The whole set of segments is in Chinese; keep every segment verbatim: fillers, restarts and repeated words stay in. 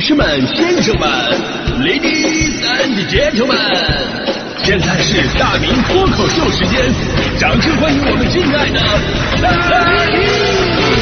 士们、先生们 ，Ladies and Gentlemen， 现在是大明脱口秀时间，掌声欢迎我们敬爱的大明！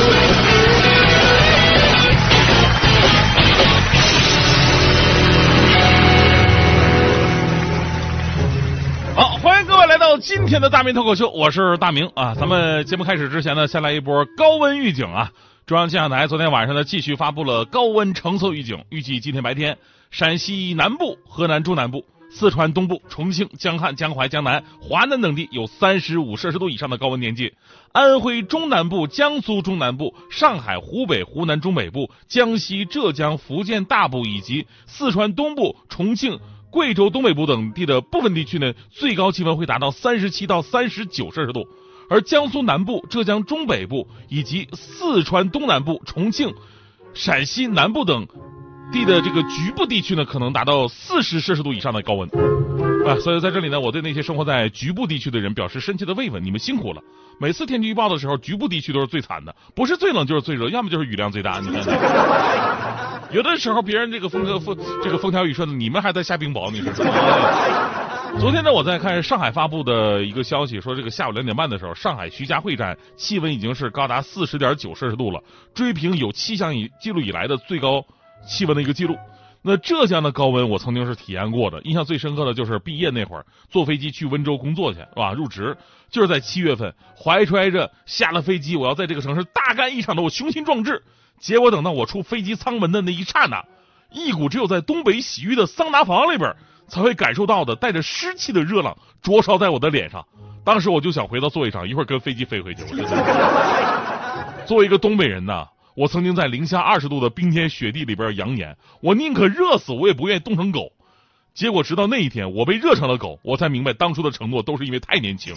好，欢迎各位来到今天的大明脱口秀，我是大明啊。咱们节目开始之前呢，先来一波高温预警啊。中央气象台昨天晚上呢，继续发布了高温橙色预警，预计今天白天，陕西南部、河南中南部、四川东部、重庆、江汉、江淮、江南、华南等地有三十五摄氏度以上的高温年纪；安徽中南部、江苏中南部、上海、湖北、湖南中北部、江西、浙江、福建大部以及四川东部、重庆、贵州东北部等地的部分地区呢，最高气温会达到三十七到三十九摄氏度。而江苏南部、浙江中北部以及四川东南部、重庆、陕西南部等地的这个局部地区呢，可能达到四十摄氏度以上的高温啊！所以在这里呢，我对那些生活在局部地区的人表示深切的慰问，你们辛苦了。每次天气预报的时候，局部地区都是最惨的，不是最冷就是最热，要么就是雨量最大。你看看，有的时候别人这个风风这个风调雨顺的，你们还在下冰雹，你说什么？昨天呢，我在看上海发布的一个消息，说这个下午两点半的时候，上海徐家汇站气温已经是高达四十点九摄氏度了，追平有气象以记录以来的最高气温的一个记录。那浙江的高温我曾经是体验过的，印象最深刻的就是毕业那会儿，坐飞机去温州工作去，是吧？入职就是在七月份，怀揣着下了飞机我要在这个城市大干一场的我雄心壮志。结果等到我出飞机舱门的那一刹那，一股只有在东北洗浴的桑拿房里边才会感受到的带着湿气的热浪灼烧在我的脸上。当时我就想回到座位上，一会儿跟飞机飞回去。我真的作为一个东北人呐，我曾经在零下二十度的冰天雪地里边扬言，我宁可热死，我也不愿意冻成狗。结果直到那一天，我被热成了狗，我才明白当初的承诺都是因为太年轻。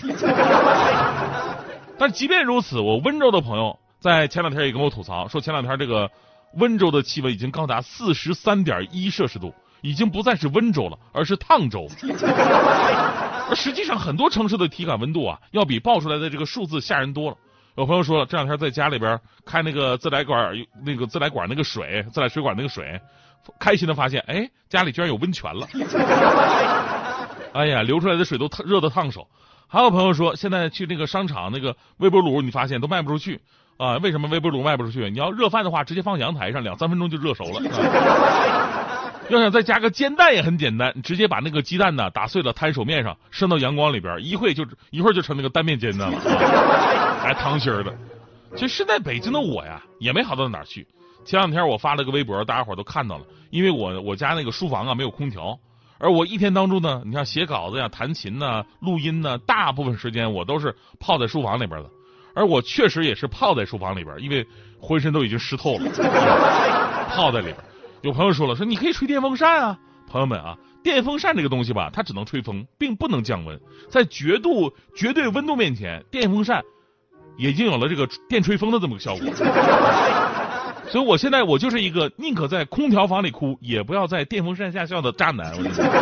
但即便如此，我温州的朋友在前两天也跟我吐槽说，前两天这个温州的气温已经高达四十三点一摄氏度，已经不再是温州了，而是烫州。而实际上很多城市的体感温度啊，要比报出来的这个数字吓人多了。有朋友说了，这两天在家里边开那个自来管，那个自来管那个水，自来水管那个水，开心的发现，哎，家里居然有温泉了。哎呀，流出来的水都热得烫手。还有朋友说，现在去那个商场那个微波炉，你发现都卖不出去啊？为什么微波炉卖不出去？你要热饭的话，直接放阳台上，两三分钟就热熟了。啊、要想再加个煎蛋也很简单，你直接把那个鸡蛋呢打碎了摊手面上，伸到阳光里边，一会就一会儿就成那个单面煎蛋了，啊、还汤心儿的。其实现在北京的我呀，也没好到哪儿去。前两天我发了个微博，大家伙都看到了，因为我我家那个书房啊没有空调。而我一天当中呢，你像写稿子呀、弹琴呐、录音呐，大部分时间我都是泡在书房里边的。而我确实也是泡在书房里边，因为浑身都已经湿透了，泡在里边。有朋友说了，说你可以吹电风扇啊，朋友们啊，电风扇这个东西吧，它只能吹风，并不能降温。在绝度绝对温度面前，电风扇已经有了这个电吹风的这么个效果。所以我现在我就是一个宁可在空调房里哭，也不要在电风扇下笑的渣男。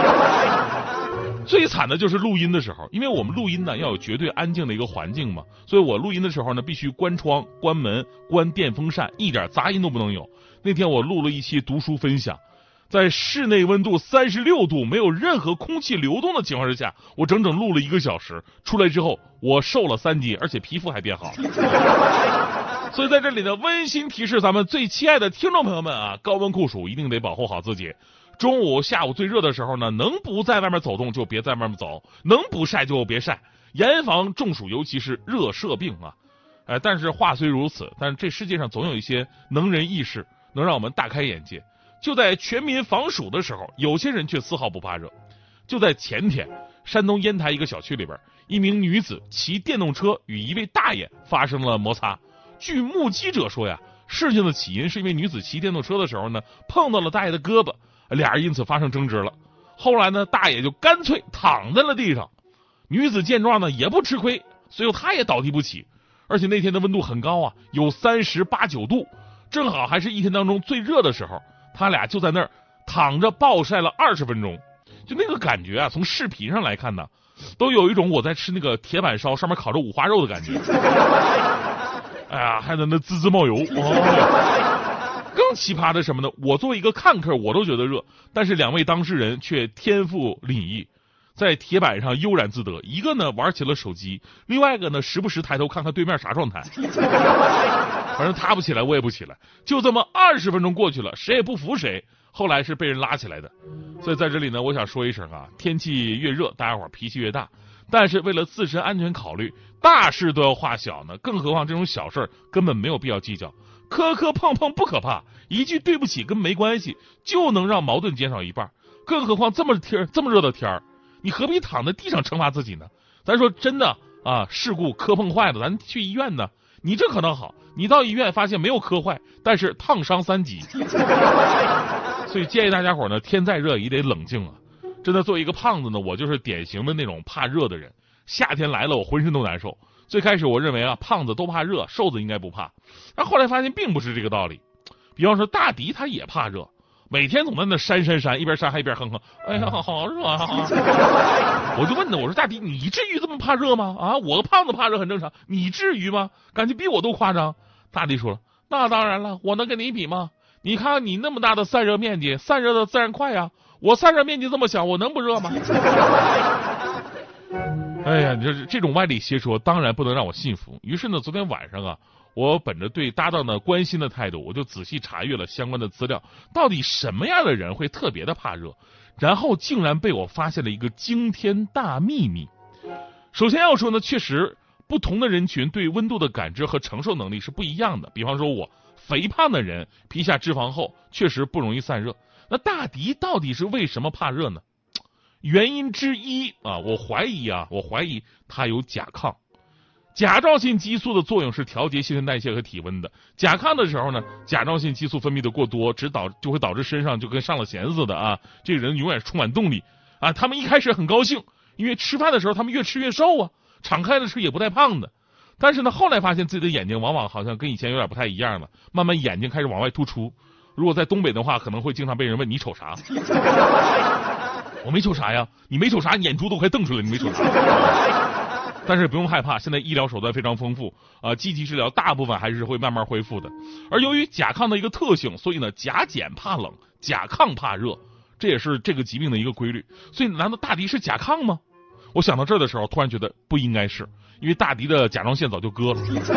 最惨的就是录音的时候，因为我们录音呢要有绝对安静的一个环境嘛，所以我录音的时候呢必须关窗、关门、关电风扇，一点杂音都不能有。那天我录了一期读书分享，在室内温度三十六度，没有任何空气流动的情况之下，我整整录了一个小时。出来之后，我瘦了三斤，而且皮肤还变好了。所以在这里呢，温馨提示咱们最亲爱的听众朋友们啊，高温酷暑一定得保护好自己。中午、下午最热的时候呢，能不在外面走动就别在外面走，能不晒就别晒，严防中暑，尤其是热射病啊。呃，但是话虽如此，但是这世界上总有一些能人异士能让我们大开眼界。就在全民防暑的时候，有些人却丝毫不怕热。就在前天，山东烟台一个小区里边，一名女子骑电动车与一位大爷发生了摩擦。据目击者说呀，事情的起因是因为女子骑电动车的时候呢，碰到了大爷的胳膊，俩人因此发生争执了。后来呢，大爷就干脆躺在了地上。女子见状呢，也不吃亏，随后她也倒地不起。而且那天的温度很高啊，有三十八九度，正好还是一天当中最热的时候。他俩就在那儿躺着暴晒了二十分钟，就那个感觉啊，从视频上来看呢，都有一种我在吃那个铁板烧上面烤着五花肉的感觉。哎呀，还在那滋滋冒油。哦， 更奇葩的什么呢？我作为一个看客，我都觉得热，但是两位当事人却天赋凛异，在铁板上悠然自得。一个呢玩起了手机，另外一个呢时不时抬头看看对面啥状态。反正他不起来，我也不起来，就这么二十分钟过去了，谁也不服谁。后来是被人拉起来的。所以在这里呢，我想说一声啊，天气越热，大家伙脾气越大。但是为了自身安全考虑，大事都要化小呢，更何况这种小事根本没有必要计较。磕磕碰碰不可怕，一句对不起跟没关系就能让矛盾减少一半。更何况这么天这么热的天儿，你何必躺在地上惩罚自己呢？咱说真的啊，事故磕碰坏了，咱去医院呢。你这可能好，你到医院发现没有磕坏，但是烫伤三级。所以建议大家伙呢，天再热也得冷静啊。真的，作为一个胖子呢，我就是典型的那种怕热的人。夏天来了，我浑身都难受。最开始我认为啊，胖子都怕热，瘦子应该不怕。但后来发现并不是这个道理。比方说大迪他也怕热，每天总在那扇扇扇，一边扇还一边哼哼，哎呀，好热啊！我就问他，我说大迪，你至于这么怕热吗？啊，我个胖子怕热很正常，你至于吗？感觉比我都夸张。大迪说了，那当然了，我能跟你比吗？你看你那么大的散热面积，散热的自然快呀。我散热面积这么小，我能不热吗？哎呀，你这这种歪理邪说当然不能让我信服。于是呢，昨天晚上啊，我本着对搭档的关心的态度，我就仔细查阅了相关的资料，到底什么样的人会特别的怕热？然后竟然被我发现了一个惊天大秘密。首先要说呢，确实不同的人群对温度的感知和承受能力是不一样的。比方说我肥胖的人，皮下脂肪厚，确实不容易散热。那大迪到底是为什么怕热呢？原因之一啊，我怀疑啊，我怀疑他有甲亢。甲状腺激素的作用是调节新陈代谢和体温的。甲亢的时候呢，甲状腺激素分泌的过多，只导就会导致身上就跟上了弦似的啊，这个人永远充满动力啊。他们一开始很高兴，因为吃饭的时候他们越吃越瘦啊，敞开的吃也不带胖的。但是呢，后来发现自己的眼睛往往好像跟以前有点不太一样了，慢慢眼睛开始往外突出。如果在东北的话，可能会经常被人问你瞅啥？我没瞅啥呀，你没瞅啥，眼珠都快瞪出来，你没瞅啥。但是不用害怕，现在医疗手段非常丰富啊、呃，积极治疗大部分还是会慢慢恢复的。而由于甲亢的一个特性，所以呢，甲减怕冷，甲亢怕热，这也是这个疾病的一个规律。所以难道大迪是甲亢吗？我想到这儿的时候，突然觉得不应该是，因为大迪的甲状腺早就割了。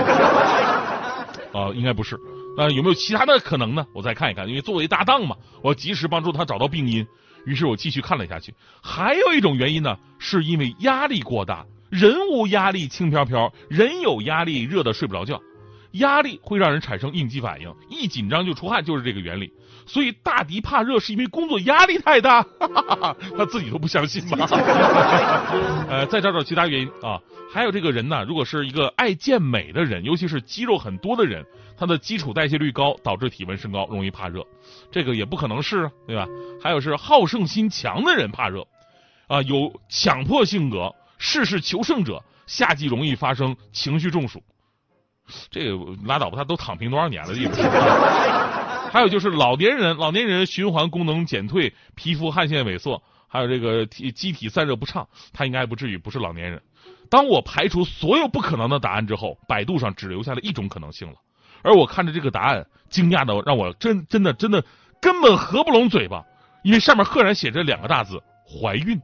啊、呃，应该不是。那、呃、有没有其他的可能呢？我再看一看，因为作为搭档嘛，我要及时帮助他找到病因。于是我继续看了下去，还有一种原因呢，是因为压力过大。人无压力轻飘飘，人有压力热得睡不着觉。压力会让人产生应激反应，一紧张就出汗，就是这个原理。所以大迪怕热是因为工作压力太大，哈哈哈哈，他自己都不相信吧？呃，再找找其他原因啊。还有这个人呢，如果是一个爱健美的人，尤其是肌肉很多的人，他的基础代谢率高，导致体温升高，容易怕热。这个也不可能是，对吧？还有是好胜心强的人怕热，啊、呃，有强迫性格。事事求胜者，夏季容易发生情绪中暑。这个拉倒吧，他都躺平多少年了，也不是。还有就是老年人，老年人循环功能减退，皮肤汗腺萎缩，还有这个体机体散热不畅，他应该不至于不是老年人。当我排除所有不可能的答案之后，百度上只留下了一种可能性了。而我看着这个答案，惊讶的让我真真的真的根本合不拢嘴巴，因为上面赫然写着两个大字：怀孕。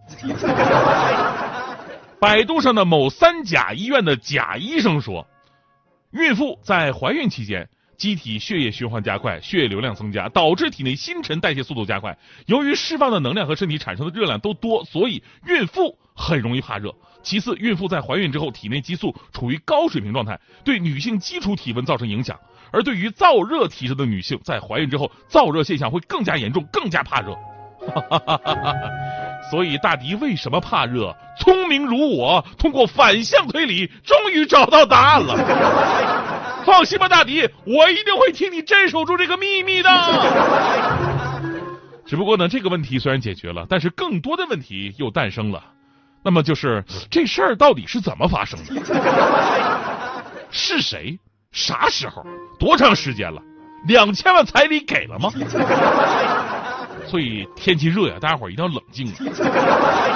百度上的某三甲医院的贾医生说，孕妇在怀孕期间，机体血液循环加快，血液流量增加，导致体内新陈代谢速度加快。由于释放的能量和身体产生的热量都多，所以孕妇很容易怕热。其次，孕妇在怀孕之后，体内激素处于高水平状态，对女性基础体温造成影响。而对于燥热体质的女性，在怀孕之后，燥热现象会更加严重，更加怕热。所以大迪为什么怕热？聪明如我，通过反向推理，终于找到答案了。放心吧，大迪，我一定会替你镇守住这个秘密的。只不过呢，这个问题虽然解决了，但是更多的问题又诞生了。那么就是这事儿到底是怎么发生的？是谁？啥时候？多长时间了？两千万彩礼给了吗？所以天气热呀，大家伙一定要冷静啊。